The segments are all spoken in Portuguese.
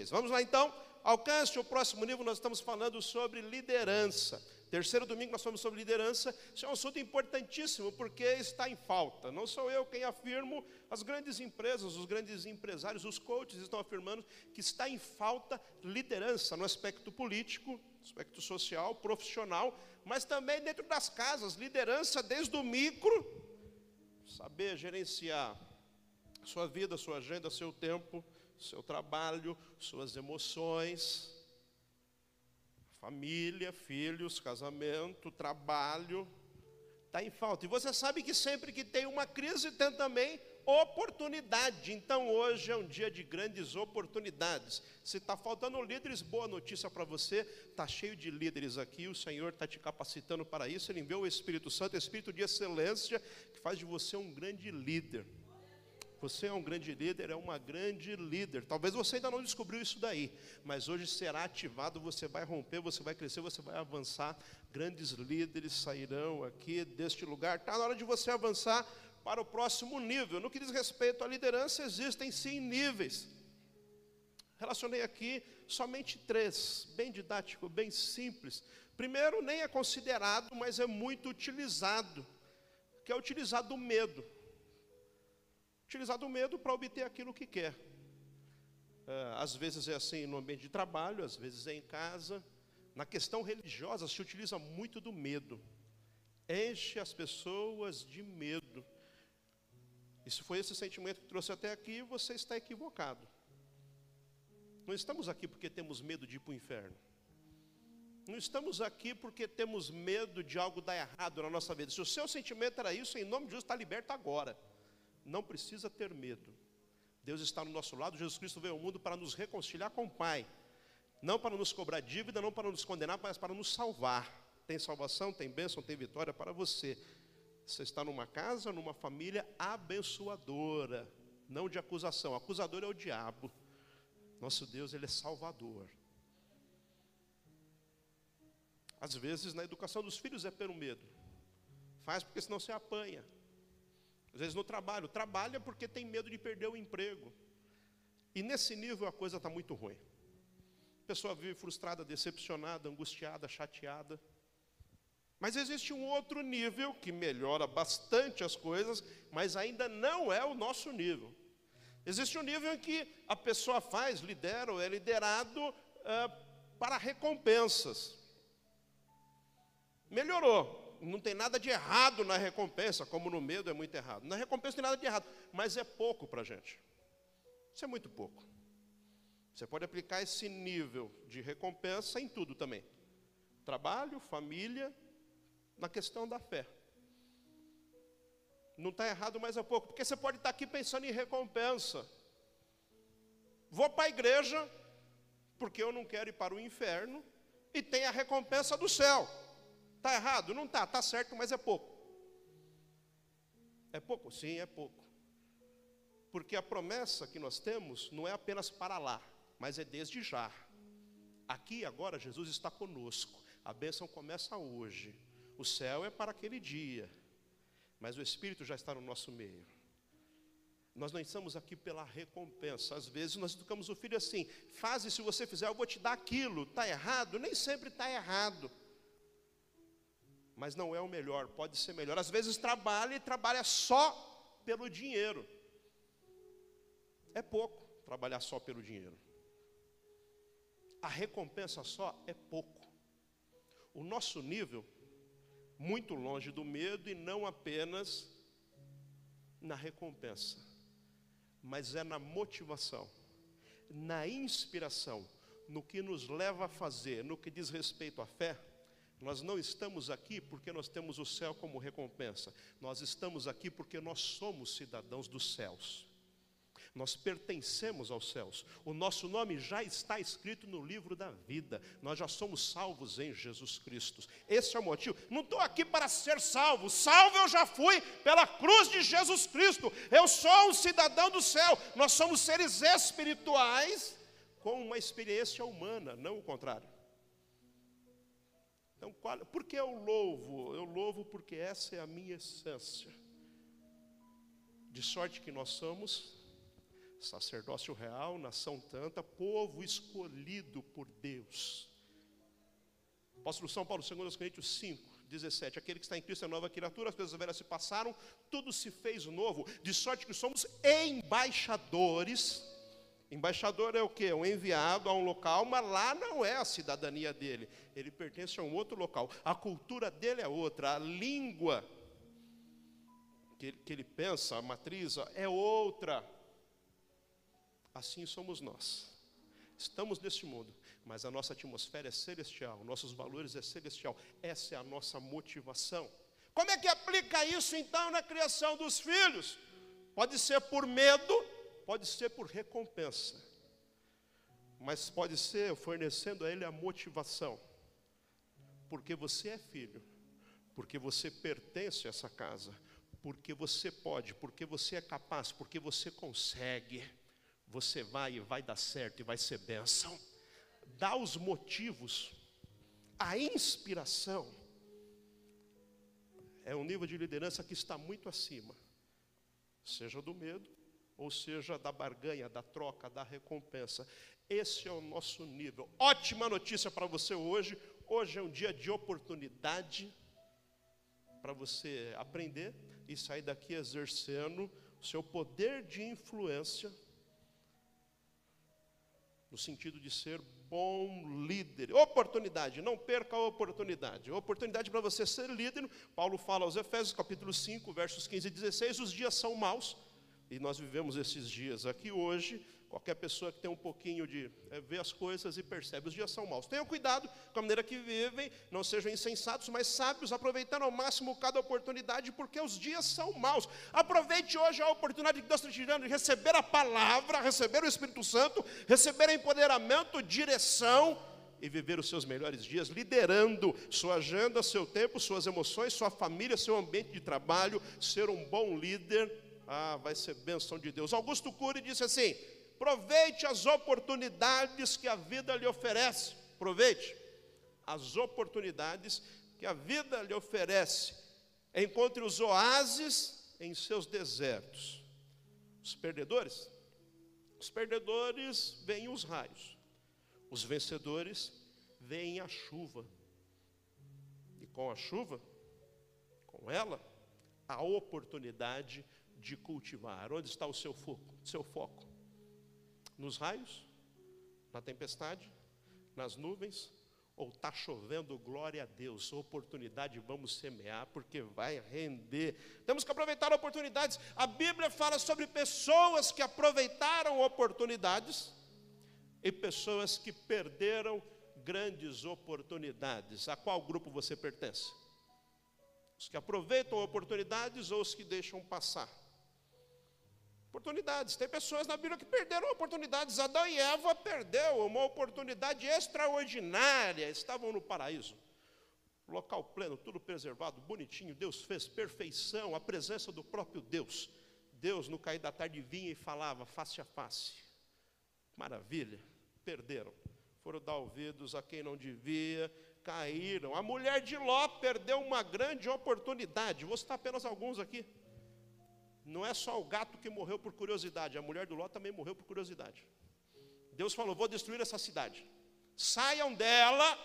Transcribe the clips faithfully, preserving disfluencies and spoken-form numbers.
vocês. Vamos lá então, alcance o próximo nível, nós estamos falando sobre liderança. Terceiro domingo nós falamos sobre liderança. Isso é um assunto importantíssimo, porque está em falta. Não sou eu quem afirmo, as grandes empresas, os grandes empresários, os coaches estão afirmando que está em falta liderança no aspecto político, aspecto social, profissional, mas também dentro das casas, liderança desde o micro, saber gerenciar sua vida, sua agenda, seu tempo, seu trabalho, suas emoções, família, filhos, casamento, trabalho, está em falta. E você sabe que sempre que tem uma crise, tem também oportunidade. Então hoje é um dia de grandes oportunidades. Se está faltando líderes, boa notícia para você, está cheio de líderes aqui, o Senhor está te capacitando para isso, Ele enviou o Espírito Santo, o Espírito de excelência, que faz de você um grande líder. Você é um grande líder, é uma grande líder. Talvez você ainda não descobriu isso daí, mas hoje será ativado, você vai romper, você vai crescer, você vai avançar. Grandes líderes sairão aqui deste lugar. Está na hora de você avançar para o próximo nível. No que diz respeito à liderança, existem sim níveis. Relacionei aqui somente três, bem didático, bem simples. Primeiro, nem é considerado, mas é muito utilizado, que é utilizado o medo. Utilizar do medo para obter aquilo que quer. É, às vezes é assim no ambiente de trabalho, às vezes é em casa. Na questão religiosa se utiliza muito do medo. Enche as pessoas de medo. E se foi esse sentimento que trouxe até aqui, você está equivocado. Não estamos aqui porque temos medo de ir para o inferno. Não estamos aqui porque temos medo de algo dar errado na nossa vida. Se o seu sentimento era isso, em nome de Jesus, está liberto agora. Não precisa ter medo. Deus está no nosso lado. Jesus Cristo veio ao mundo para nos reconciliar com o Pai. Não para nos cobrar dívida, não para nos condenar, mas para nos salvar. Tem salvação, tem bênção, tem vitória para você. Você está numa casa, numa família abençoadora, não de acusação. Acusador é o diabo. Nosso Deus, Ele é salvador. Às vezes, na educação dos filhos é pelo medo. Faz porque senão você apanha. Às vezes no trabalho, trabalha porque tem medo de perder o emprego. E nesse nível a coisa está muito ruim. A pessoa vive frustrada, decepcionada, angustiada, chateada. Mas existe um outro nível que melhora bastante as coisas, mas ainda não é o nosso nível. Existe um nível em que a pessoa faz, lidera ou é liderado ah, para recompensas. Melhorou. Não tem nada de errado na recompensa, como no medo é muito errado. Na recompensa não tem nada de errado, mas é pouco para a gente. Isso é muito pouco. Você pode aplicar esse nível de recompensa em tudo também. Trabalho, família, na questão da fé. Não está errado, mas é pouco. Porque você pode estar aqui pensando em recompensa. Vou para a igreja, porque eu não quero ir para o inferno, e tem a recompensa do céu. Está errado? Não está, está certo, mas é pouco. É pouco? Sim, é pouco. Porque a promessa que nós temos não é apenas para lá, mas é desde já. Aqui agora Jesus está conosco. A bênção começa hoje. O céu é para aquele dia. Mas o Espírito já está no nosso meio. Nós não estamos aqui pela recompensa. Às vezes nós educamos o filho assim: faz e se você fizer eu vou te dar aquilo. Está errado? Nem sempre está errado. Mas não é o melhor, pode ser melhor. Às vezes trabalha e trabalha só pelo dinheiro. É pouco trabalhar só pelo dinheiro. A recompensa só é pouco. O nosso nível, muito longe do medo e não apenas na recompensa, mas é na motivação, na inspiração, no que nos leva a fazer, no que diz respeito à fé. Nós não estamos aqui porque nós temos o céu como recompensa. Nós estamos aqui porque nós somos cidadãos dos céus. Nós pertencemos aos céus. O nosso nome já está escrito no livro da vida. Nós já somos salvos em Jesus Cristo. Esse é o motivo. Não estou aqui para ser salvo. Salvo eu já fui pela cruz de Jesus Cristo. Eu sou um cidadão do céu. Nós somos seres espirituais com uma experiência humana, não o contrário. Então, qual, por que eu louvo? Eu louvo porque essa é a minha essência. De sorte que nós somos Sacerdócio real, nação santa, povo escolhido por Deus. Apóstolo São Paulo, segundo Coríntios cinco, dezessete, aquele que está em Cristo é nova criatura, as coisas velhas se passaram, tudo se fez novo, de sorte que somos embaixadores. Embaixador é o quê? Um enviado a um local, mas lá não é a cidadania dele, ele pertence a um outro local, a cultura dele é outra, a língua que ele, que ele pensa, a matriz é outra. Assim somos nós. Estamos neste mundo, mas a nossa atmosfera é celestial, nossos valores é celestial. Essa é a nossa motivação. Como é que aplica isso então na criação dos filhos? Pode ser por medo, pode ser por recompensa, mas pode ser fornecendo a ele a motivação. Porque você é filho, porque você pertence a essa casa, porque você pode, porque você é capaz, porque você consegue. Você vai e vai dar certo e vai ser bênção. Dá os motivos, a inspiração. É um nível de liderança que está muito acima, seja do medo, ou seja da barganha, da troca, da recompensa. Esse é o nosso nível. Ótima notícia para você hoje. Hoje é um dia de oportunidade para você aprender e sair daqui exercendo o seu poder de influência, no sentido de ser bom líder. Oportunidade, não perca a oportunidade. Oportunidade para você ser líder. Paulo fala aos Efésios, capítulo cinco, versos quinze e dezesseis, os dias são maus, e nós vivemos esses dias aqui hoje. Qualquer pessoa que tem um pouquinho de é, vê as coisas e percebe, os dias são maus. Tenham cuidado com a maneira que vivem, não sejam insensatos, mas sábios, aproveitando ao máximo cada oportunidade, porque os dias são maus. Aproveite hoje a oportunidade que Deus está te dando de receber a palavra, receber o Espírito Santo, receber empoderamento, direção e viver os seus melhores dias, liderando sua agenda, seu tempo, suas emoções, sua família, seu ambiente de trabalho. Ser um bom líder, ah, vai ser bênção de Deus. Augusto Cury disse assim: aproveite as oportunidades que a vida lhe oferece. Aproveite as oportunidades que a vida lhe oferece. Encontre os oásis em seus desertos. Os perdedores, os perdedores veem os raios. Os vencedores veem a chuva. E com a chuva, com ela, a oportunidade de cultivar. Onde está o seu foco? Seu foco? Nos raios, na tempestade, nas nuvens, ou está chovendo? Glória a Deus, oportunidade, vamos semear, porque vai render. Temos que aproveitar oportunidades. A Bíblia fala sobre pessoas que aproveitaram oportunidades e pessoas que perderam grandes oportunidades. A qual grupo você pertence? Os que aproveitam oportunidades ou os que deixam passar? Oportunidades. Tem pessoas na Bíblia que perderam oportunidades. Adão e Eva perderam uma oportunidade extraordinária. Estavam no paraíso, local pleno, tudo preservado, bonitinho. Deus fez perfeição, a presença do próprio Deus. Deus no cair da tarde vinha e falava face a face. Maravilha. Perderam. Foram dar ouvidos a quem não devia, caíram. A mulher de Ló perdeu uma grande oportunidade. Vou citar apenas alguns aqui. Não é só o gato que morreu por curiosidade, a mulher do Ló também morreu por curiosidade. Deus falou: vou destruir essa cidade. Saiam dela,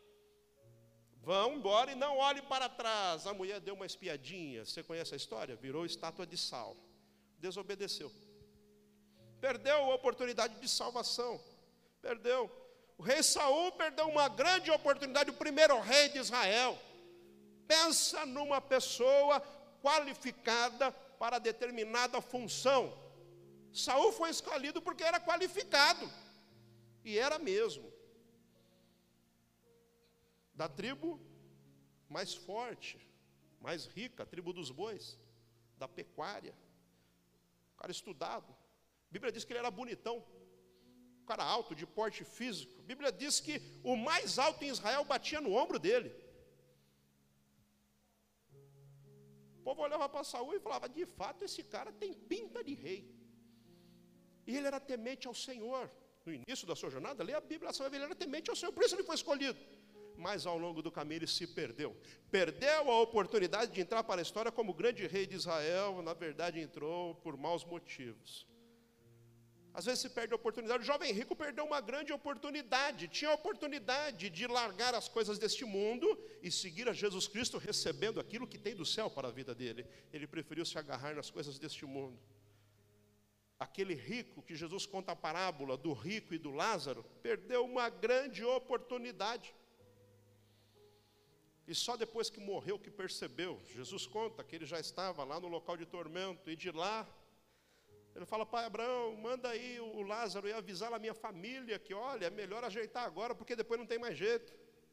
vão embora e não olhem para trás. A mulher deu uma espiadinha, você conhece a história? Virou estátua de sal. Desobedeceu. Perdeu a oportunidade de salvação. Perdeu. O rei Saul perdeu uma grande oportunidade, o primeiro rei de Israel. Pensa numa pessoa qualificada para determinada função. Saul foi escolhido porque era qualificado, e era mesmo, da tribo mais forte, mais rica, a tribo dos bois, da pecuária, cara estudado. A Bíblia diz que ele era bonitão, um cara alto, de porte físico. A Bíblia diz que o mais alto em Israel batia no ombro dele. O povo olhava para Saul e falava: de fato esse cara tem pinta de rei. E ele era temente ao Senhor. No início da sua jornada, lê a Bíblia, você vai ver, ele era temente ao Senhor, por isso ele foi escolhido. Mas ao longo do caminho ele se perdeu. Perdeu a oportunidade de entrar para a história como grande rei de Israel. Na verdade entrou por maus motivos. Às vezes se perde a oportunidade. O jovem rico perdeu uma grande oportunidade. Tinha a oportunidade de largar as coisas deste mundo e seguir a Jesus Cristo, recebendo aquilo que tem do céu para a vida dele. Ele preferiu se agarrar nas coisas deste mundo. Aquele rico que Jesus conta a parábola do rico e do Lázaro, perdeu uma grande oportunidade. E só depois que morreu que percebeu. Jesus conta que ele já estava lá no local de tormento, e de lá ele fala: pai Abraão, manda aí o Lázaro e avisar a minha família que, olha, é melhor ajeitar agora, porque depois não tem mais jeito.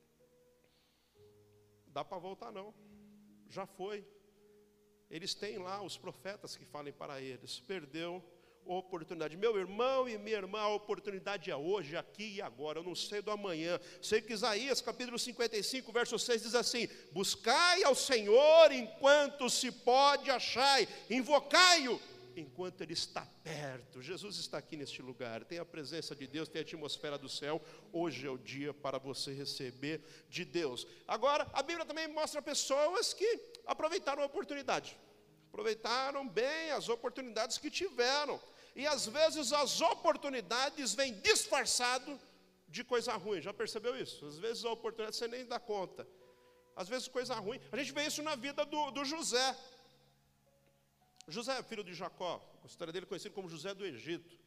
Dá para voltar não, já foi. Eles têm lá os profetas que falem para eles. Perdeu oportunidade. Meu irmão e minha irmã, a oportunidade é hoje, aqui e agora. Eu não sei do amanhã. Sei que Isaías capítulo cinquenta e cinco, verso seis diz assim: buscai ao Senhor enquanto se pode achar, invocai-o enquanto ele está perto. Jesus está aqui neste lugar. Tem a presença de Deus, tem a atmosfera do céu. Hoje é o dia para você receber de Deus. Agora, a Bíblia também mostra pessoas que aproveitaram a oportunidade. Aproveitaram bem as oportunidades que tiveram. E às vezes as oportunidades vêm disfarçado de coisa ruim. Já percebeu isso? Às vezes a oportunidade você nem dá conta. Às vezes coisa ruim. A gente vê isso na vida do, do José. José, filho de Jacó, a história dele é conhecido como José do Egito.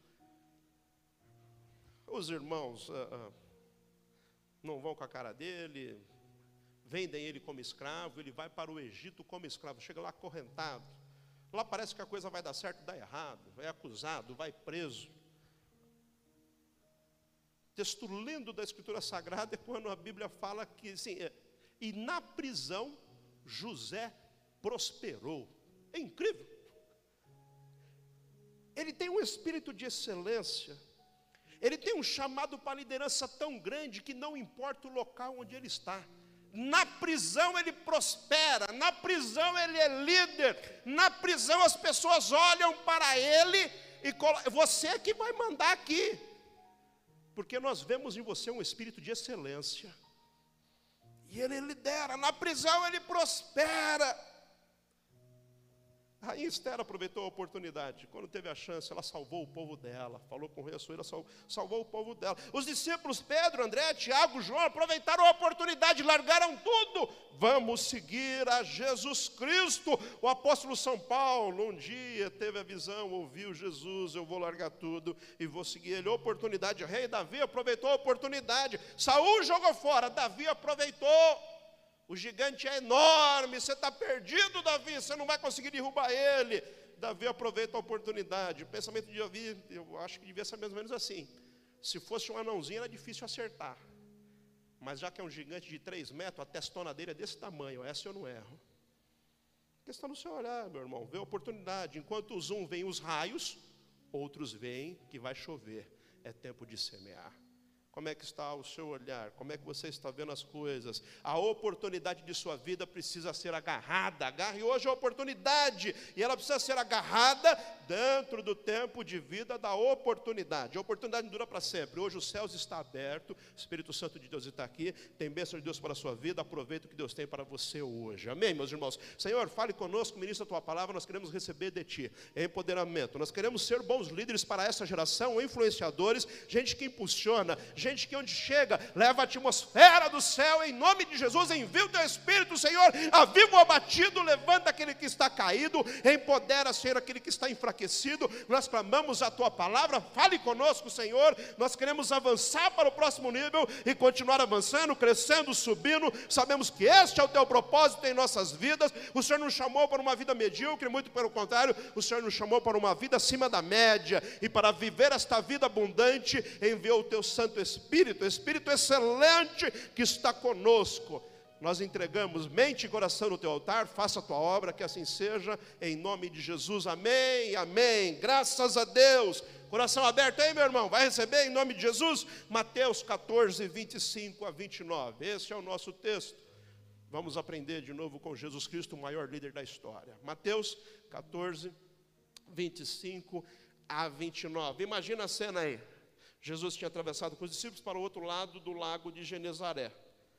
Os irmãos ah, ah, não vão com a cara dele, vendem ele como escravo, ele vai para o Egito como escravo, chega lá acorrentado. Lá parece que a coisa vai dar certo, dá errado, é acusado, vai preso. Texto lindo da Escritura Sagrada é quando a Bíblia fala que, assim, é, e na prisão José prosperou. É incrível. Ele tem um espírito de excelência. Ele tem um chamado para a liderança tão grande que não importa o local onde ele está. Na prisão ele prospera, na prisão ele é líder, na prisão as pessoas olham para ele e colocam: você é que vai mandar aqui, porque nós vemos em você um espírito de excelência. E ele lidera, na prisão ele prospera. A Esther aproveitou a oportunidade. Quando teve a chance, ela salvou o povo dela. Falou com o rei Assuero, salvou, salvou o povo dela. Os discípulos Pedro, André, Tiago, João aproveitaram a oportunidade, largaram tudo. Vamos seguir a Jesus Cristo. O apóstolo São Paulo um dia teve a visão, ouviu Jesus: eu vou largar tudo e vou seguir ele. Oportunidade. O rei Davi aproveitou a oportunidade. Saul jogou fora, Davi aproveitou. O gigante é enorme, você está perdido, Davi, você não vai conseguir derrubar ele. Davi aproveita a oportunidade. O pensamento de Davi, eu acho que devia ser mais ou menos assim: se fosse um anãozinho era difícil acertar, mas já que é um gigante de três metros, a testona dele é desse tamanho, essa eu não erro. A questão no seu olhar, meu irmão, vê a oportunidade. Enquanto os um veem os raios, outros veem que vai chover. É tempo de semear. Como é que está o seu olhar? Como é que você está vendo as coisas? A oportunidade de sua vida precisa ser agarrada. Agarre hoje a oportunidade. E ela precisa ser agarrada dentro do tempo de vida da oportunidade. A oportunidade dura para sempre. Hoje os céus estão abertos. O Espírito Santo de Deus está aqui. Tem bênção de Deus para a sua vida. Aproveita o que Deus tem para você hoje. Amém, meus irmãos? Senhor, fale conosco, ministra a tua palavra. Nós queremos receber de ti empoderamento. Nós queremos ser bons líderes para essa geração, influenciadores, gente que impulsiona, gente que onde chega, leva a atmosfera do céu, em nome de Jesus. Envia o teu Espírito, Senhor, aviva o abatido, levanta aquele que está caído, empodera, Senhor, aquele que está enfraquecido. Nós clamamos a tua palavra, fale conosco, Senhor. Nós queremos avançar para o próximo nível e continuar avançando, crescendo, subindo. Sabemos que este é o teu propósito em nossas vidas. O Senhor nos chamou para uma vida medíocre, muito pelo contrário, o Senhor nos chamou para uma vida acima da média, e para viver esta vida abundante, enviou o teu Santo Espírito, Espírito excelente que está conosco. Nós entregamos mente e coração no teu altar. Faça a tua obra, que assim seja, em nome de Jesus, amém, amém, graças a Deus. Coração aberto aí, meu irmão, vai receber em nome de Jesus. Mateus catorze, vinte e cinco a vinte e nove, esse é o nosso texto. Vamos aprender de novo com Jesus Cristo, o maior líder da história. Mateus catorze, vinte e cinco a vinte e nove, imagina a cena aí. Jesus tinha atravessado com os discípulos para o outro lado do lago de Genezaré.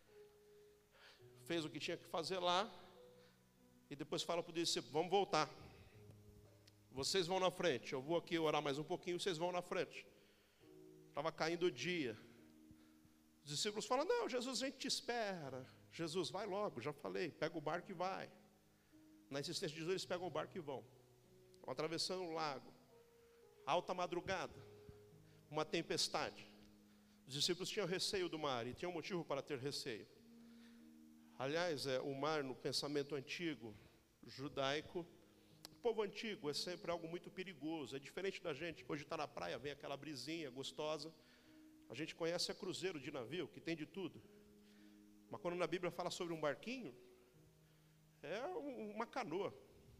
Fez o que tinha que fazer lá, e depois fala para o discípulo: vamos voltar. vocês vão na frente, eu vou aqui orar mais um pouquinho, vocês vão na frente. Estava caindo o dia. Os discípulos falam, não, Jesus, a gente te espera. Jesus, vai logo, já falei, pega o barco e vai. Na insistência de Jesus, eles pegam o barco e vão. Vão atravessando o lago. Alta madrugada, uma tempestade. Os discípulos tinham receio do mar e tinham motivo para ter receio. Aliás, é, o mar no pensamento antigo, judaico, o povo antigo é sempre algo muito perigoso. É diferente da gente, que hoje está na praia, vem aquela brisinha gostosa. A gente conhece a cruzeiro de navio, que tem de tudo. Mas quando na Bíblia fala sobre um barquinho, é uma canoa.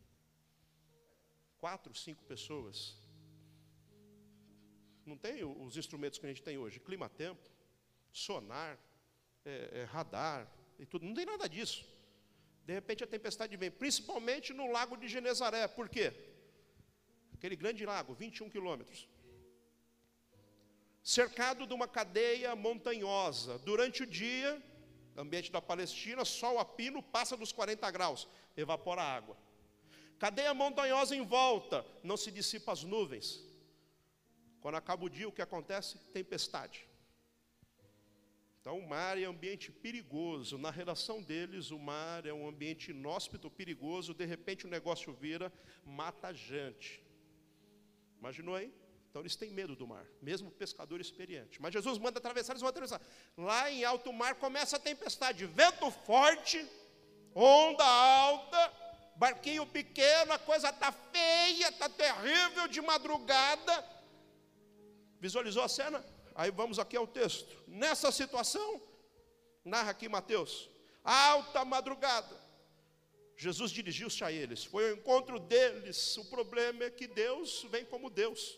Quatro, cinco pessoas. Não tem os instrumentos que a gente tem hoje, clima-tempo, sonar, é, é, radar e tudo, não tem nada disso. De repente a tempestade vem, principalmente no lago de Genezaré. Por quê? Aquele grande lago, vinte e um quilômetros, cercado de uma cadeia montanhosa. Durante o dia, ambiente da Palestina, sol a pino, passa dos quarenta graus, evapora a água. Cadeia montanhosa em volta, não se dissipa as nuvens. Quando acaba o dia, o que acontece? Tempestade. Então, o mar é um ambiente perigoso. Na relação deles, o mar é um ambiente inóspito, perigoso. De repente, o negócio vira, mata a gente. Imaginou aí? Então, eles têm medo do mar, mesmo pescador experiente. Mas Jesus manda atravessar, eles vão atravessar. Lá em alto mar, começa a tempestade. Vento forte, onda alta, barquinho pequeno, a coisa está feia, está terrível de madrugada. Visualizou a cena? Aí vamos aqui ao texto. Nessa situação, narra aqui Mateus, alta madrugada, Jesus dirigiu-se a eles, foi ao encontro deles. O problema é que Deus vem como Deus.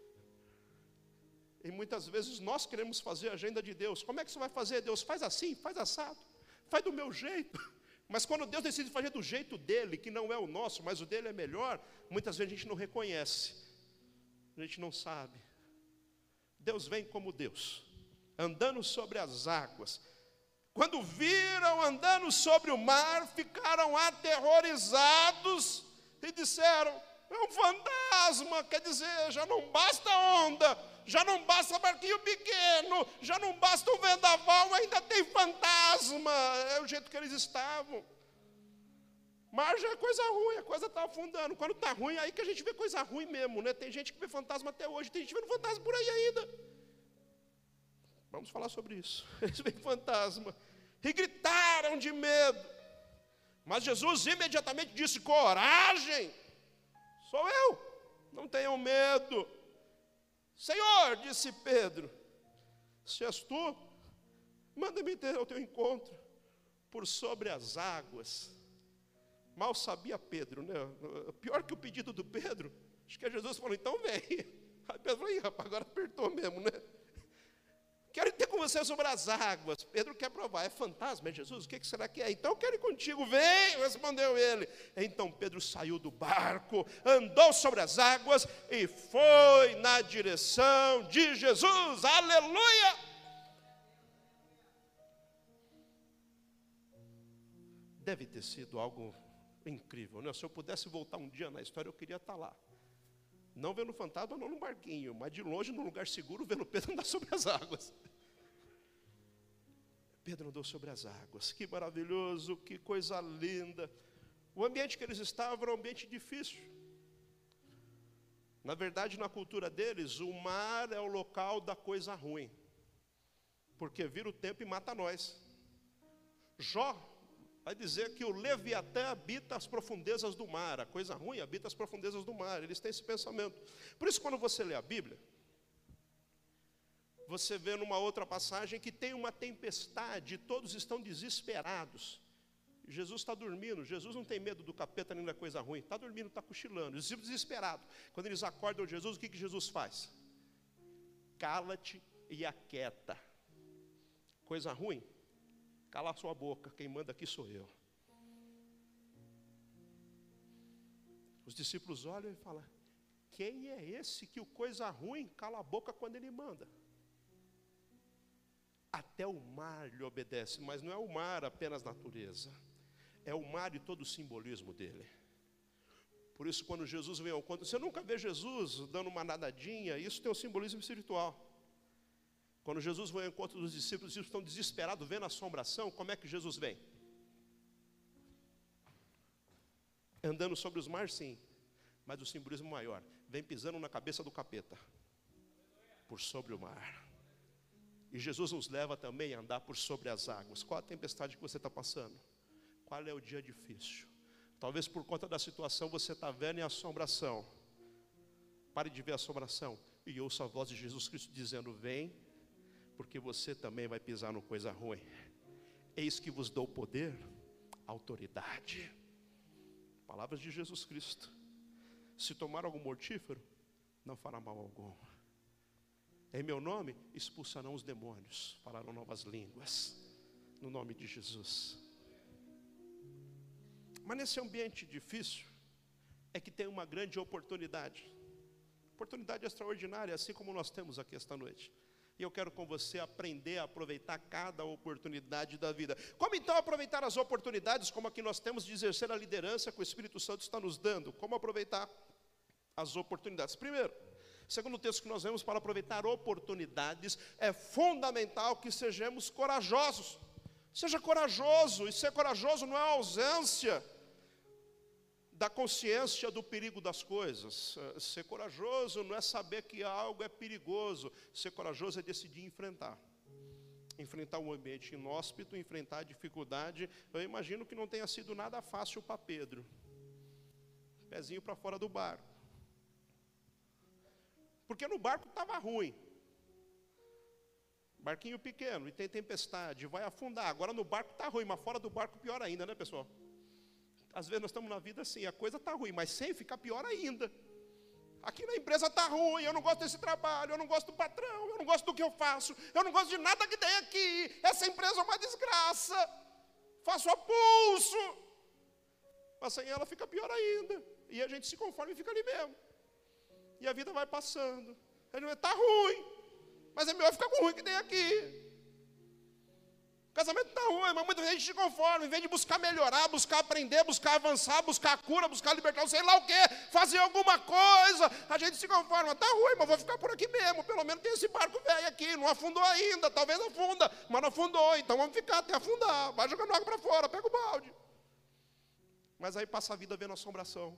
E muitas vezes nós queremos fazer a agenda de Deus. Como é que você vai fazer? Deus, faz assim, faz assado, faz do meu jeito. Mas quando Deus decide fazer do jeito dele, que não é o nosso, mas o dele é melhor, muitas vezes a gente não reconhece, a gente não sabe. Deus vem como Deus, andando sobre as águas. Quando viram andando sobre o mar, ficaram aterrorizados e disseram, é um fantasma. Quer dizer, já não basta onda, já não basta barquinho pequeno, já não basta o vendaval, ainda tem fantasma. É o jeito que eles estavam. Mar já é coisa ruim, a coisa está afundando. Quando está ruim, aí que a gente vê coisa ruim mesmo, né? Tem gente que vê fantasma até hoje, tem gente vendo fantasma por aí ainda. Vamos falar sobre isso. Eles veem fantasma e gritaram de medo. Mas Jesus imediatamente disse, coragem, sou eu, não tenham medo. Senhor, disse Pedro, se és tu, manda-me ter ao teu encontro por sobre as águas. Mal sabia Pedro, né? Pior que o pedido do Pedro, acho que Jesus falou, então vem. Aí Pedro falou, rapaz, agora apertou mesmo, né? Quero ter com você sobre as águas. Pedro quer provar, é fantasma, é Jesus? O que será que é? Então eu quero ir contigo, vem, respondeu ele. Então Pedro saiu do barco, andou sobre as águas e foi na direção de Jesus, aleluia! Deve ter sido algo incrível, né? Se eu pudesse voltar um dia na história, eu queria estar lá. Não vendo fantasma, não no barquinho, mas de longe, num lugar seguro, vendo Pedro andar sobre as águas. Pedro andou sobre as águas, que maravilhoso, que coisa linda. O ambiente que eles estavam era um ambiente difícil. Na verdade, na cultura deles, o mar é o local da coisa ruim, porque vira o tempo e mata nós. Jó vai dizer que o Leviatã habita as profundezas do mar, a coisa ruim habita as profundezas do mar, eles têm esse pensamento. Por isso, quando você lê a Bíblia, você vê numa outra passagem que tem uma tempestade, todos estão desesperados. Jesus está dormindo, Jesus não tem medo do capeta nem da coisa ruim, está dormindo, está cochilando, os discípulos desesperados. Quando eles acordam Jesus, o que, que Jesus faz? Cala-te e aquieta. Coisa ruim? Cala a sua boca, quem manda aqui sou eu. Os discípulos olham e falam, quem é esse que o coisa ruim cala a boca quando ele manda? Até o mar lhe obedece, mas não é o mar apenas natureza, é o mar e todo o simbolismo dele. Por isso, quando Jesus vem ao encontro, você nunca vê Jesus dando uma nadadinha, isso tem um simbolismo espiritual. Quando Jesus vem ao encontro dos discípulos, os discípulos estão desesperados, vendo a assombração, como é que Jesus vem? Andando sobre os mares, sim, mas o simbolismo maior, vem pisando na cabeça do capeta, por sobre o mar. E Jesus nos leva também a andar por sobre as águas. Qual a tempestade que você está passando? Qual é o dia difícil? Talvez por conta da situação você está vendo em assombração. Pare de ver a assombração e ouça a voz de Jesus Cristo dizendo: vem, porque você também vai pisar no coisa ruim. Eis que vos dou poder, autoridade. Palavras de Jesus Cristo. Se tomar algum mortífero, não fará mal algum. Em meu nome expulsarão os demônios, falarão novas línguas, no nome de Jesus. Mas nesse ambiente difícil, é que tem uma grande oportunidade. Oportunidade extraordinária, assim como nós temos aqui esta noite. E eu quero com você aprender a aproveitar cada oportunidade da vida. Como então aproveitar as oportunidades, como aqui nós temos de exercer a liderança que o Espírito Santo está nos dando? Como aproveitar as oportunidades? Primeiro, segundo o texto que nós vemos, para aproveitar oportunidades, é fundamental que sejamos corajosos. Seja corajoso, e ser corajoso não é a ausência da consciência do perigo das coisas. Ser corajoso não é saber que algo é perigoso. Ser corajoso é decidir enfrentar. Enfrentar um ambiente inóspito, enfrentar a dificuldade. Eu imagino que não tenha sido nada fácil para Pedro. Pezinho para fora do barco. Porque no barco estava ruim. Barquinho pequeno, e tem tempestade, vai afundar. Agora no barco está ruim, mas fora do barco pior ainda, né, pessoal? Às vezes nós estamos na vida assim, a coisa está ruim, mas sem ficar pior ainda. Aqui na empresa está ruim, eu não gosto desse trabalho, eu não gosto do patrão, eu não gosto do que eu faço, eu não gosto de nada que tem aqui, essa empresa é uma desgraça, faço a pulso. Mas sem ela fica pior ainda, e a gente se conforma e fica ali mesmo. E a vida vai passando, está ruim, mas é melhor ficar com o ruim que tem aqui. O casamento está ruim, mas muita gente se conforma. Em vez de buscar melhorar, buscar aprender, buscar avançar, buscar a cura, buscar a libertação, sei lá o quê, fazer alguma coisa, a gente se conforma. Está ruim, mas vou ficar por aqui mesmo. Pelo menos tem esse barco velho aqui, não afundou ainda, talvez afunda, mas não afundou, então vamos ficar até afundar. Vai jogando água para fora, pega o balde. Mas aí passa a vida vendo assombração.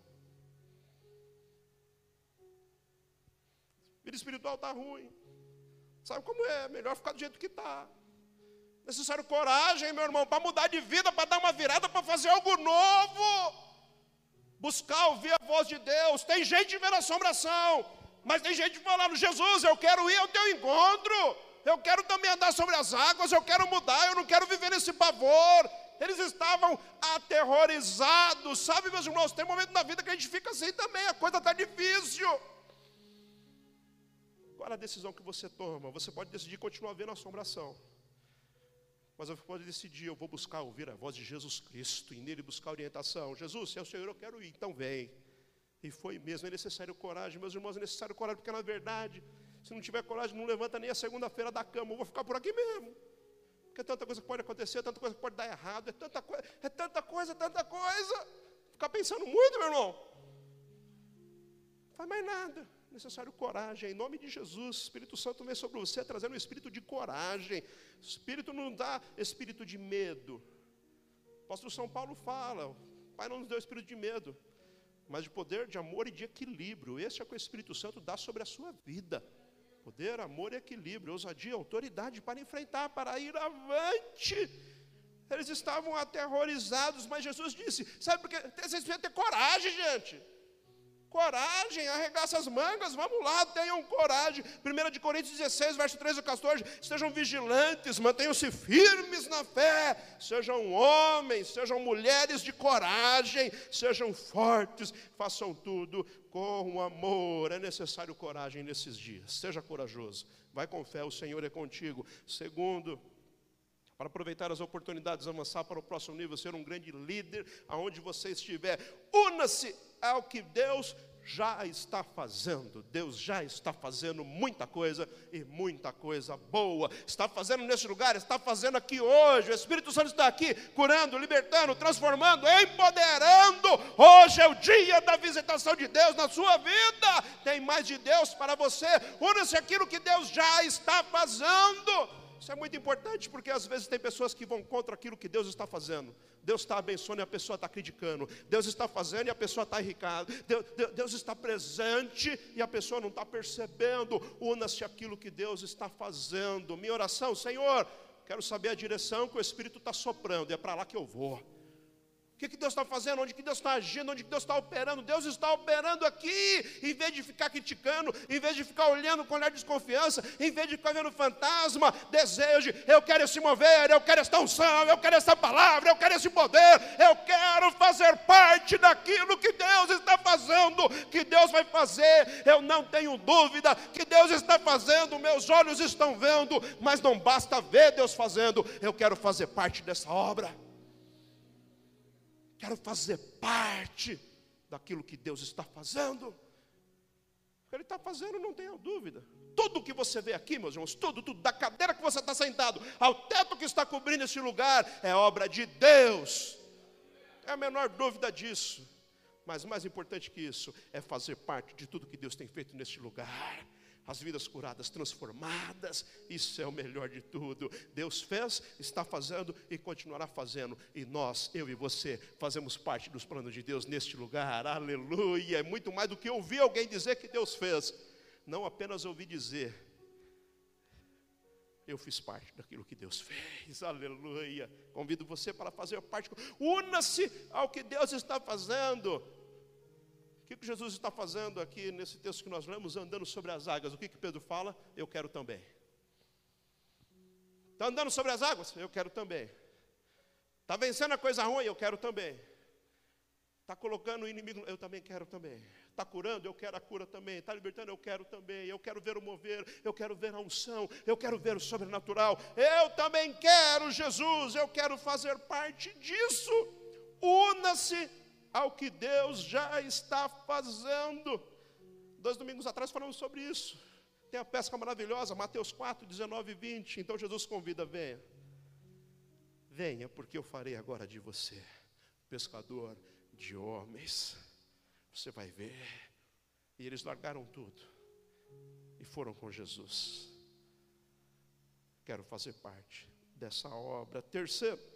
Vida espiritual está ruim. Sabe como é? Melhor ficar do jeito que está. Necessário coragem, meu irmão, para mudar de vida, para dar uma virada, para fazer algo novo. Buscar ouvir a voz de Deus. Tem gente vendo assombração, mas tem gente falando: Jesus, eu quero ir ao teu encontro. Eu quero também andar sobre as águas, eu quero mudar, eu não quero viver nesse pavor. Eles estavam aterrorizados. Sabe, meus irmãos, tem momento na vida que a gente fica assim também, a coisa está difícil. Qual é a decisão que você toma? Você pode decidir continuar vendo a assombração, mas você pode decidir: eu vou buscar ouvir a voz de Jesus Cristo, e nele buscar orientação. Jesus, se é o Senhor, eu quero ir, então vem. E foi mesmo, é necessário coragem, meus irmãos, é necessário coragem, porque na verdade, se não tiver coragem, não levanta nem a segunda-feira da cama, eu vou ficar por aqui mesmo. Porque é tanta coisa que pode acontecer, é tanta coisa que pode dar errado, é tanta coisa, é tanta coisa, tanta coisa. Ficar pensando muito, meu irmão. Não faz mais nada. Necessário coragem, em nome de Jesus. O Espírito Santo vem sobre você trazendo um espírito de coragem. O Espírito não dá espírito de medo. O apóstolo São Paulo fala: o Pai não nos deu espírito de medo, mas de poder, de amor e de equilíbrio. Esse é o que o Espírito Santo dá sobre a sua vida. Poder, amor e equilíbrio, ousadia, autoridade para enfrentar, para ir avante. Eles estavam aterrorizados, mas Jesus disse: sabe por quê? Vocês precisam ter coragem, gente. Coragem, arregaça as mangas, vamos lá, tenham coragem. primeira de Coríntios dezesseis, verso treze e quatorze. Estejam vigilantes, mantenham-se firmes na fé. Sejam homens, sejam mulheres de coragem, sejam fortes, façam tudo com amor. É necessário coragem nesses dias. Seja corajoso, vai com fé, o Senhor é contigo. Segundo, para aproveitar as oportunidades, avançar para o próximo nível, ser um grande líder, aonde você estiver. Una-se ao que Deus já está fazendo, Deus já está fazendo muita coisa, e muita coisa boa, está fazendo nesse lugar, está fazendo aqui hoje, o Espírito Santo está aqui, curando, libertando, transformando, empoderando. Hoje é o dia da visitação de Deus na sua vida, tem mais de Deus para você, una-se àquilo que Deus já está fazendo. Isso é muito importante, porque às vezes tem pessoas que vão contra aquilo que Deus está fazendo. Deus está abençoando e a pessoa está criticando. Deus está fazendo e a pessoa está irritada. Deus, Deus, Deus está presente e a pessoa não está percebendo. Una-se àquilo que Deus está fazendo. Minha oração: Senhor, quero saber a direção que o Espírito está soprando, e é para lá que eu vou. O que, que Deus está fazendo? Onde que Deus está agindo? Onde que Deus está operando? Deus está operando aqui, em vez de ficar criticando, em vez de ficar olhando com olhar de desconfiança, em vez de ficar vendo fantasma. Desejo, eu quero se mover, eu quero esta unção, eu quero essa palavra, eu quero esse poder, eu quero fazer parte daquilo que Deus está fazendo, que Deus vai fazer. Eu não tenho dúvida que Deus está fazendo, meus olhos estão vendo, mas não basta ver Deus fazendo, eu quero fazer parte dessa obra. Quero fazer parte daquilo que Deus está fazendo. O que Ele está fazendo, não tenha dúvida. Tudo que você vê aqui, meus irmãos, tudo, tudo, da cadeira que você está sentado, ao teto que está cobrindo esse lugar, é obra de Deus. Não é a menor dúvida disso. Mas mais importante que isso, é fazer parte de tudo que Deus tem feito neste lugar. As vidas curadas, transformadas, isso é o melhor de tudo. Deus fez, está fazendo e continuará fazendo. E nós, eu e você, fazemos parte dos planos de Deus neste lugar. Aleluia! É muito mais do que ouvir alguém dizer que Deus fez. Não apenas ouvir dizer, eu fiz parte daquilo que Deus fez. Aleluia! Convido você para fazer parte. Una-se ao que Deus está fazendo. O que, que Jesus está fazendo aqui nesse texto que nós lemos, andando sobre as águas? O que, que Pedro fala? Eu quero também. Está andando sobre as águas? Eu quero também. Está vencendo a coisa ruim? Eu quero também. Está colocando o inimigo? Eu também quero também. Está curando? Eu quero a cura também. Está libertando? Eu quero também. Eu quero ver o mover, eu quero ver a unção, eu quero ver o sobrenatural. Eu também quero, Jesus, eu quero fazer parte disso. Una-se ao que Deus já está fazendo. Dois domingos atrás falamos sobre isso. Tem a pesca maravilhosa, Mateus quatro, dezenove e vinte. Então Jesus convida: venha, venha, porque eu farei agora de você pescador de homens. Você vai ver. E eles largaram tudo e foram com Jesus. Quero fazer parte dessa obra. Terceiro,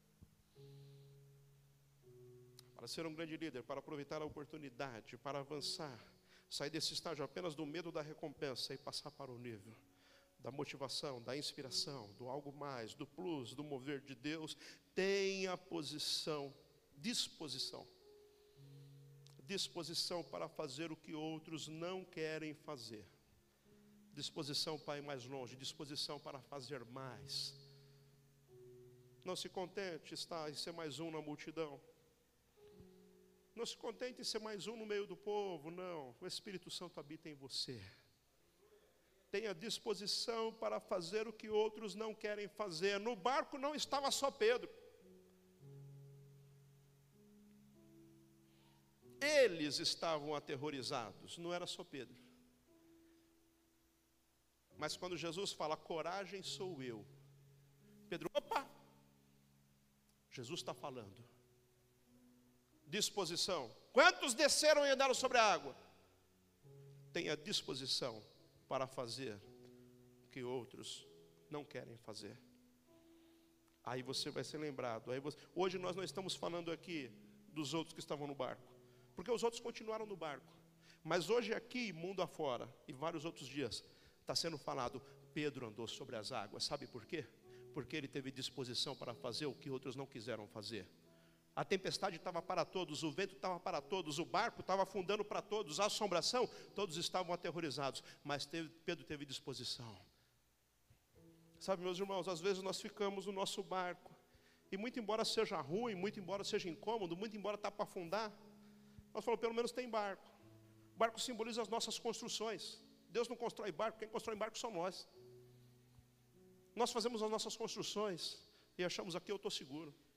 para ser um grande líder, para aproveitar a oportunidade, para avançar, sair desse estágio apenas do medo da recompensa e passar para o nível da motivação, da inspiração, do algo mais, do plus, do mover de Deus. Tenha posição, disposição, disposição para fazer o que outros não querem fazer, disposição para ir mais longe, disposição para fazer mais. Não se contente estar em ser mais um na multidão. Não se contente em ser mais um no meio do povo, não. O Espírito Santo habita em você. Tenha disposição para fazer o que outros não querem fazer. No barco não estava só Pedro. Eles estavam aterrorizados, não era só Pedro. Mas quando Jesus fala, coragem sou eu, Pedro, opa! Jesus está falando. Disposição. Quantos desceram e andaram sobre a água? Tenha disposição para fazer o que outros não querem fazer. Aí você vai ser lembrado. Aí você... Hoje nós não estamos falando aqui dos outros que estavam no barco, porque os outros continuaram no barco. Mas hoje aqui, mundo afora, e vários outros dias, está sendo falado, Pedro andou sobre as águas. Sabe por quê? Porque ele teve disposição para fazer o que outros não quiseram fazer. A tempestade estava para todos, o vento estava para todos, o barco estava afundando para todos, a assombração, todos estavam aterrorizados, mas teve, Pedro teve disposição. Sabe, meus irmãos, às vezes nós ficamos no nosso barco, e muito embora seja ruim, muito embora seja incômodo, muito embora está para afundar, nós falamos, pelo menos tem barco. O barco simboliza as nossas construções. Deus não constrói barco, quem constrói barco são nós. Nós fazemos as nossas construções, e achamos, aqui eu estou seguro.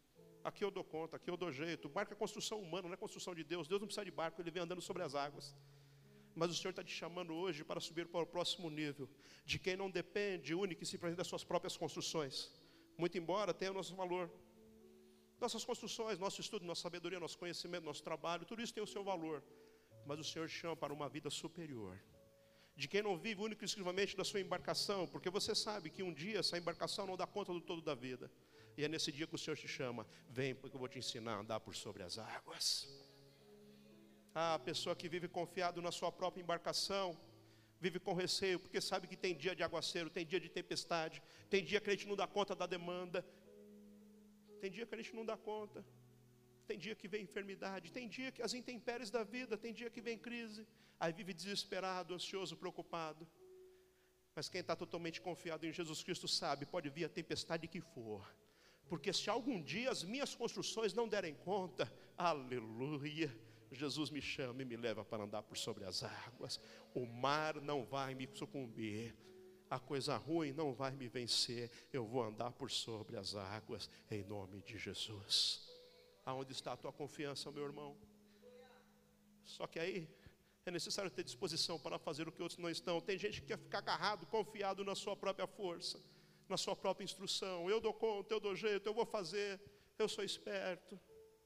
aqui eu dou conta, aqui eu dou jeito. O barco é construção humana, não é construção de Deus. Deus não precisa de barco, Ele vem andando sobre as águas. Mas o Senhor está te chamando hoje para subir para o próximo nível, de quem não depende única e simplesmente das suas próprias construções, muito embora tenha o nosso valor. Nossas construções, nosso estudo, nossa sabedoria, nosso conhecimento, nosso trabalho, tudo isso tem o seu valor. Mas o Senhor te chama para uma vida superior, de quem não vive única e exclusivamente da sua embarcação, porque você sabe que um dia essa embarcação não dá conta do todo da vida. E é nesse dia que o Senhor te chama, vem porque eu vou te ensinar a andar por sobre as águas. Ah, a pessoa que vive confiado na sua própria embarcação, vive com receio, porque sabe que tem dia de aguaceiro, tem dia de tempestade, tem dia que a gente não dá conta da demanda, tem dia que a gente não dá conta, tem dia que vem enfermidade, tem dia que as intempéries da vida, tem dia que vem crise, aí vive desesperado, ansioso, preocupado. Mas quem está totalmente confiado em Jesus Cristo sabe, pode vir a tempestade que for, porque se algum dia as minhas construções não derem conta, aleluia, Jesus me chama e me leva para andar por sobre as águas. O mar não vai me sucumbir, a coisa ruim não vai me vencer. Eu vou andar por sobre as águas, em nome de Jesus. Aonde está a tua confiança, meu irmão? Só que aí é necessário ter disposição para fazer o que outros não estão. Tem gente que quer ficar agarrado, confiado na sua própria força, na sua própria instrução. Eu dou conta, eu dou jeito, eu vou fazer, eu sou esperto.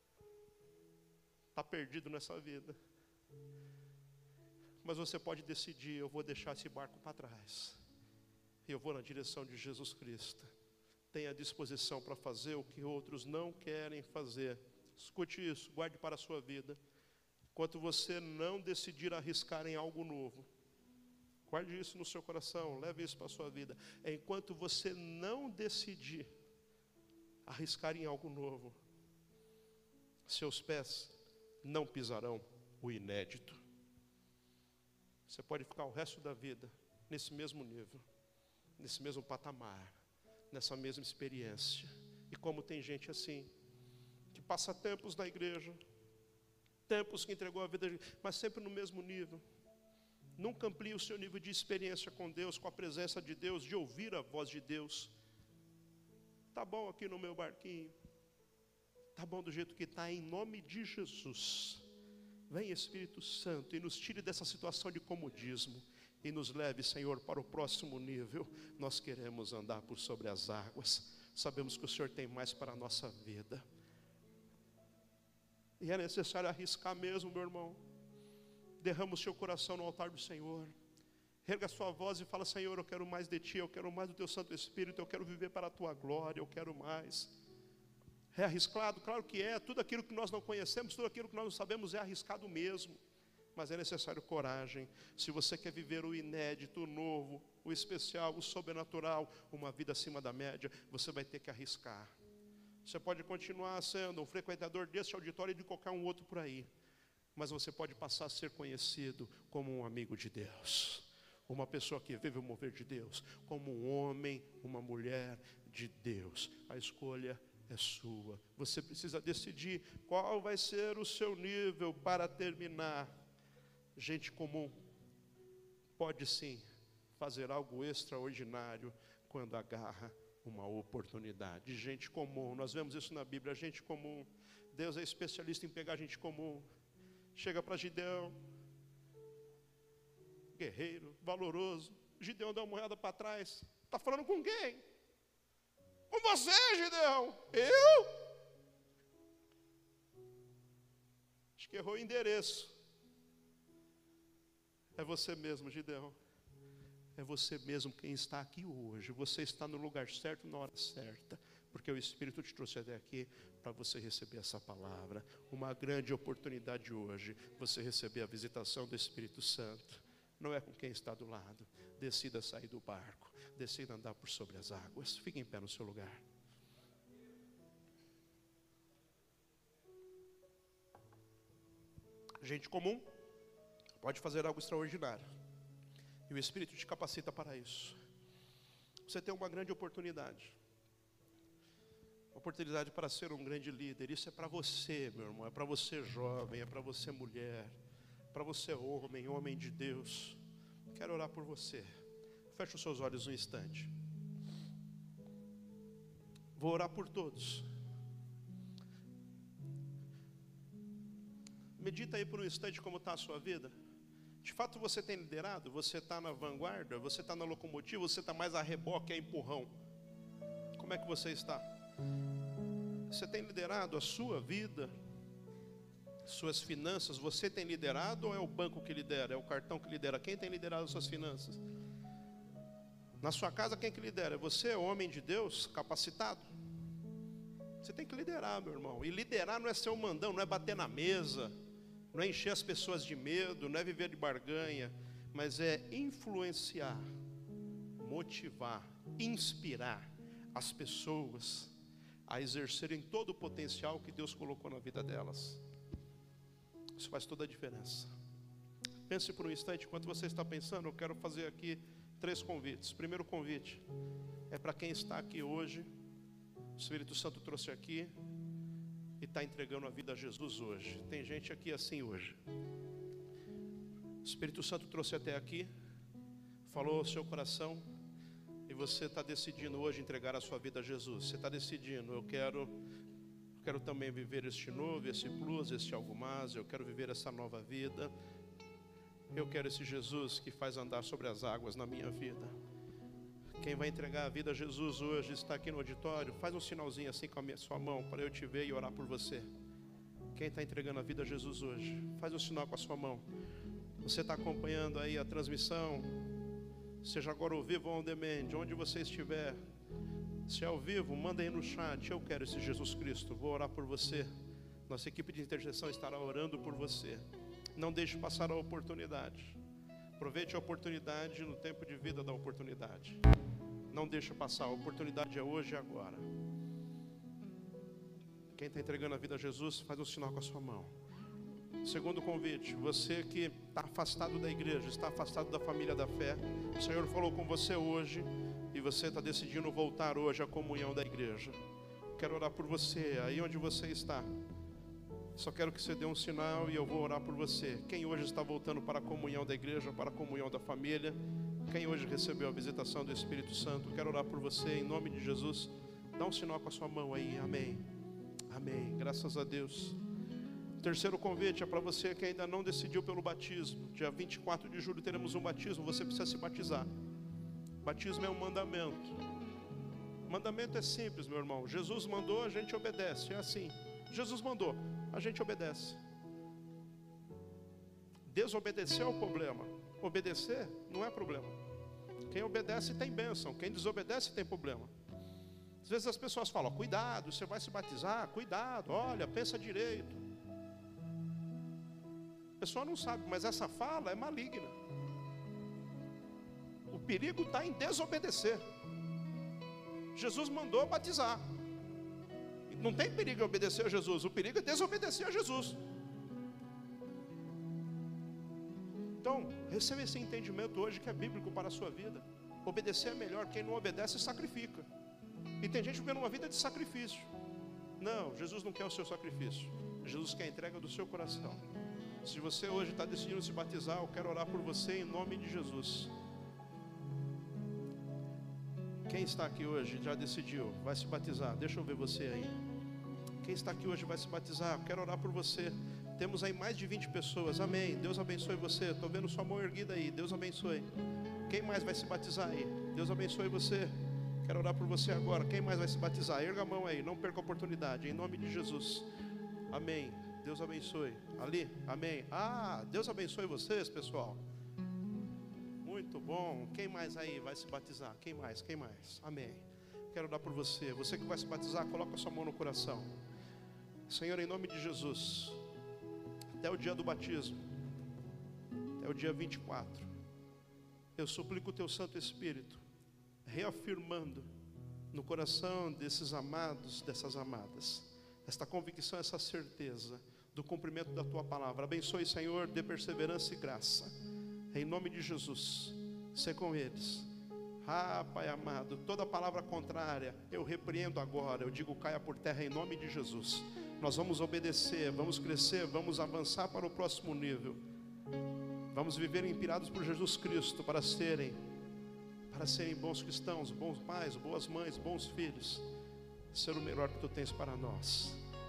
Está perdido nessa vida. Mas você pode decidir, eu vou deixar esse barco para trás, e eu vou na direção de Jesus Cristo. Tenha disposição para fazer o que outros não querem fazer. Escute isso, guarde para a sua vida. Enquanto você não decidir arriscar em algo novo, guarde isso no seu coração, leve isso para a sua vida. Enquanto você não decidir arriscar em algo novo, seus pés não pisarão o inédito. Você pode ficar o resto da vida nesse mesmo nível, nesse mesmo patamar, nessa mesma experiência. E como tem gente assim, que passa tempos na igreja, tempos que entregou a vida, mas sempre no mesmo nível. Nunca amplia o seu nível de experiência com Deus, com a presença de Deus, de ouvir a voz de Deus. Tá bom aqui no meu barquinho, tá bom do jeito que está, em nome de Jesus. Vem Espírito Santo e nos tire dessa situação de comodismo e nos leve, Senhor, para o próximo nível. Nós queremos andar por sobre as águas, sabemos que o Senhor tem mais para a nossa vida, e é necessário arriscar mesmo, meu irmão. Derrama o seu coração no altar do Senhor, erga a sua voz e fala: Senhor, eu quero mais de Ti, eu quero mais do Teu Santo Espírito, eu quero viver para a Tua glória, eu quero mais. É arriscado? Claro que é. Tudo aquilo que nós não conhecemos, tudo aquilo que nós não sabemos é arriscado mesmo. Mas é necessário coragem. Se você quer viver o inédito, o novo, o especial, o sobrenatural, uma vida acima da média, você vai ter que arriscar. Você pode continuar sendo um frequentador desse auditório e de qualquer um outro por aí, mas você pode passar a ser conhecido como um amigo de Deus, uma pessoa que vive o mover de Deus, como um homem, uma mulher de Deus. A escolha é sua. Você precisa decidir qual vai ser o seu nível para terminar. Gente comum pode sim fazer algo extraordinário quando agarra uma oportunidade. Gente comum, nós vemos isso na Bíblia, gente comum. Deus é especialista em pegar gente comum. Chega para Gideão, guerreiro, valoroso. Gideão dá uma olhada para trás. Está falando com quem? Com você, Gideão. Eu? Acho que errou o endereço. É você mesmo, Gideão. É você mesmo quem está aqui hoje. Você está no lugar certo, na hora certa, porque o Espírito te trouxe até aqui para você receber essa palavra. Uma grande oportunidade hoje, você receber a visitação do Espírito Santo. Não é com quem está do lado. Decida sair do barco, decida andar por sobre as águas. Fique em pé no seu lugar. Gente comum pode fazer algo extraordinário, e o Espírito te capacita para isso. Você tem uma grande oportunidade, oportunidade para ser um grande líder. Isso é para você, meu irmão, é para você jovem, é para você mulher, para você homem, homem de Deus. Quero orar por você. Feche os seus olhos um instante. Vou orar por todos. Medita aí por um instante como está a sua vida. De fato você tem liderado? Você está na vanguarda? Você está na locomotiva? Você está mais a reboque, a empurrão? Como é que você está? Você tem liderado a sua vida? Suas finanças? Você tem liderado ou é o banco que lidera? É o cartão que lidera? Quem tem liderado as suas finanças? Na sua casa quem que lidera? É você, homem de Deus, capacitado? Você tem que liderar, meu irmão. E liderar não é ser um mandão, não é bater na mesa, não é encher as pessoas de medo, não é viver de barganha, mas é influenciar, motivar, inspirar as pessoas a exercerem todo o potencial que Deus colocou na vida delas. Isso faz toda a diferença. Pense por um instante, enquanto você está pensando, eu quero fazer aqui três convites. Primeiro convite é para quem está aqui hoje. O Espírito Santo trouxe aqui e está entregando a vida a Jesus hoje. Tem gente aqui assim hoje. O Espírito Santo trouxe até aqui, falou ao seu coração, e você está decidindo hoje entregar a sua vida a Jesus. Você está decidindo, eu quero, eu quero também viver este novo, esse plus, este algo mais. Eu quero viver essa nova vida. Eu quero esse Jesus que faz andar sobre as águas na minha vida. Quem vai entregar a vida a Jesus hoje está aqui no auditório. Faz um sinalzinho assim com a minha, sua mão para eu te ver e orar por você. Quem está entregando a vida a Jesus hoje, faz um sinal com a sua mão. Você está acompanhando aí a transmissão, seja agora ao vivo ou on demand, onde você estiver. Se é ao vivo, manda aí no chat: eu quero esse Jesus Cristo, vou orar por você. Nossa equipe de intercessão estará orando por você. Não deixe passar a oportunidade. Aproveite a oportunidade no tempo de vida da oportunidade. Não deixe passar, a oportunidade é hoje e agora. Quem está entregando a vida a Jesus, faz um sinal com a sua mão. Segundo convite, você que está afastado da igreja, está afastado da família da fé, o Senhor falou com você hoje e você está decidindo voltar hoje à comunhão da igreja. Quero orar por você, aí onde você está. Só quero que você dê um sinal e eu vou orar por você. Quem hoje está voltando para a comunhão da igreja, para a comunhão da família, quem hoje recebeu a visitação do Espírito Santo, quero orar por você em nome de Jesus. Dá um sinal com a sua mão aí, amém. Amém, graças a Deus. Terceiro convite é para você que ainda não decidiu pelo batismo. Dia vinte e quatro de julho teremos um batismo, você precisa se batizar. Batismo é um mandamento. Mandamento é simples, meu irmão. Jesus mandou, a gente obedece, é assim. Jesus mandou, a gente obedece. Desobedecer é o problema. Obedecer não é problema. Quem obedece tem bênção, quem desobedece tem problema. Às vezes as pessoas falam: cuidado, você vai se batizar, cuidado, olha, pensa direito. A pessoa não sabe, mas essa fala é maligna. O perigo está em desobedecer. Jesus mandou batizar. Não tem perigo em obedecer a Jesus, o perigo é desobedecer a Jesus. Então, receba esse entendimento hoje que é bíblico para a sua vida. Obedecer é melhor, quem não obedece sacrifica. E tem gente vivendo uma vida de sacrifício. Não, Jesus não quer o seu sacrifício, Jesus quer a entrega do seu coração. Se você hoje está decidindo se batizar, eu quero orar por você em nome de Jesus. Quem está aqui hoje já decidiu, vai se batizar? Deixa eu ver você aí. Quem está aqui hoje vai se batizar? Eu quero orar por você. Temos aí mais de vinte pessoas, amém. Deus abençoe você. Estou vendo sua mão erguida aí, Deus abençoe. Quem mais vai se batizar aí? Deus abençoe você. Quero orar por você agora. Quem mais vai se batizar? Erga a mão aí, não perca a oportunidade, em nome de Jesus. Amém. Deus abençoe. Ali, amém. Ah, Deus abençoe vocês, pessoal. Muito bom. Quem mais aí vai se batizar? Quem mais? Quem mais? Amém. Quero orar por você. Você que vai se batizar, coloca a sua mão no coração. Senhor, em nome de Jesus, até o dia do batismo, até o dia vinte e quatro, eu suplico o teu Santo Espírito, reafirmando no coração desses amados, dessas amadas, esta convicção, essa certeza do cumprimento da tua palavra. Abençoe, Senhor, dê perseverança e graça. Em nome de Jesus, sê com eles. Ah, Pai amado, toda palavra contrária eu repreendo agora, eu digo caia por terra em nome de Jesus. Nós vamos obedecer, vamos crescer, vamos avançar para o próximo nível. Vamos viver inspirados por Jesus Cristo para serem, para serem bons cristãos, bons pais, boas mães, bons filhos. Ser o melhor que tu tens para nós.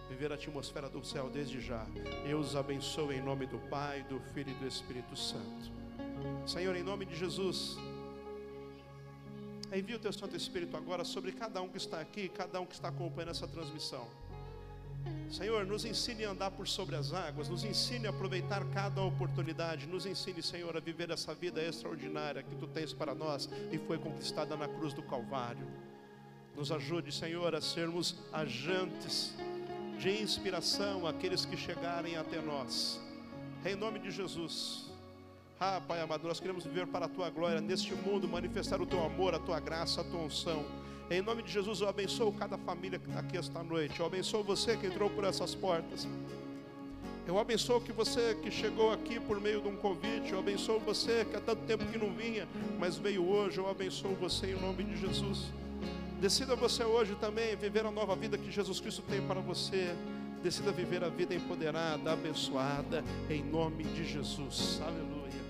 viver a atmosfera do céu desde já. Eu os abençoo em nome do Pai, do Filho e do Espírito Santo. Senhor, em nome de Jesus, envia o teu Santo Espírito agora sobre cada um que está aqui, cada um que está acompanhando essa transmissão. Senhor, nos ensine a andar por sobre as águas, nos ensine a aproveitar cada oportunidade, nos ensine, Senhor, a viver essa vida extraordinária que Tu tens para nós e foi conquistada na cruz do Calvário. Nos ajude, Senhor, a sermos agentes de inspiração àqueles que chegarem até nós, em nome de Jesus. Ah, Pai amado, nós queremos viver para a Tua glória neste mundo, manifestar o Teu amor, a Tua graça, a Tua unção. Em nome de Jesus, eu abençoo cada família que está aqui esta noite. Eu abençoo você que entrou por essas portas. Eu abençoo que você que chegou aqui por meio de um convite. Eu abençoo você que há tanto tempo que não vinha, mas veio hoje. Eu abençoo você em nome de Jesus. Decida você hoje também viver a nova vida que Jesus Cristo tem para você. Decida viver a vida empoderada, abençoada, em nome de Jesus. Aleluia.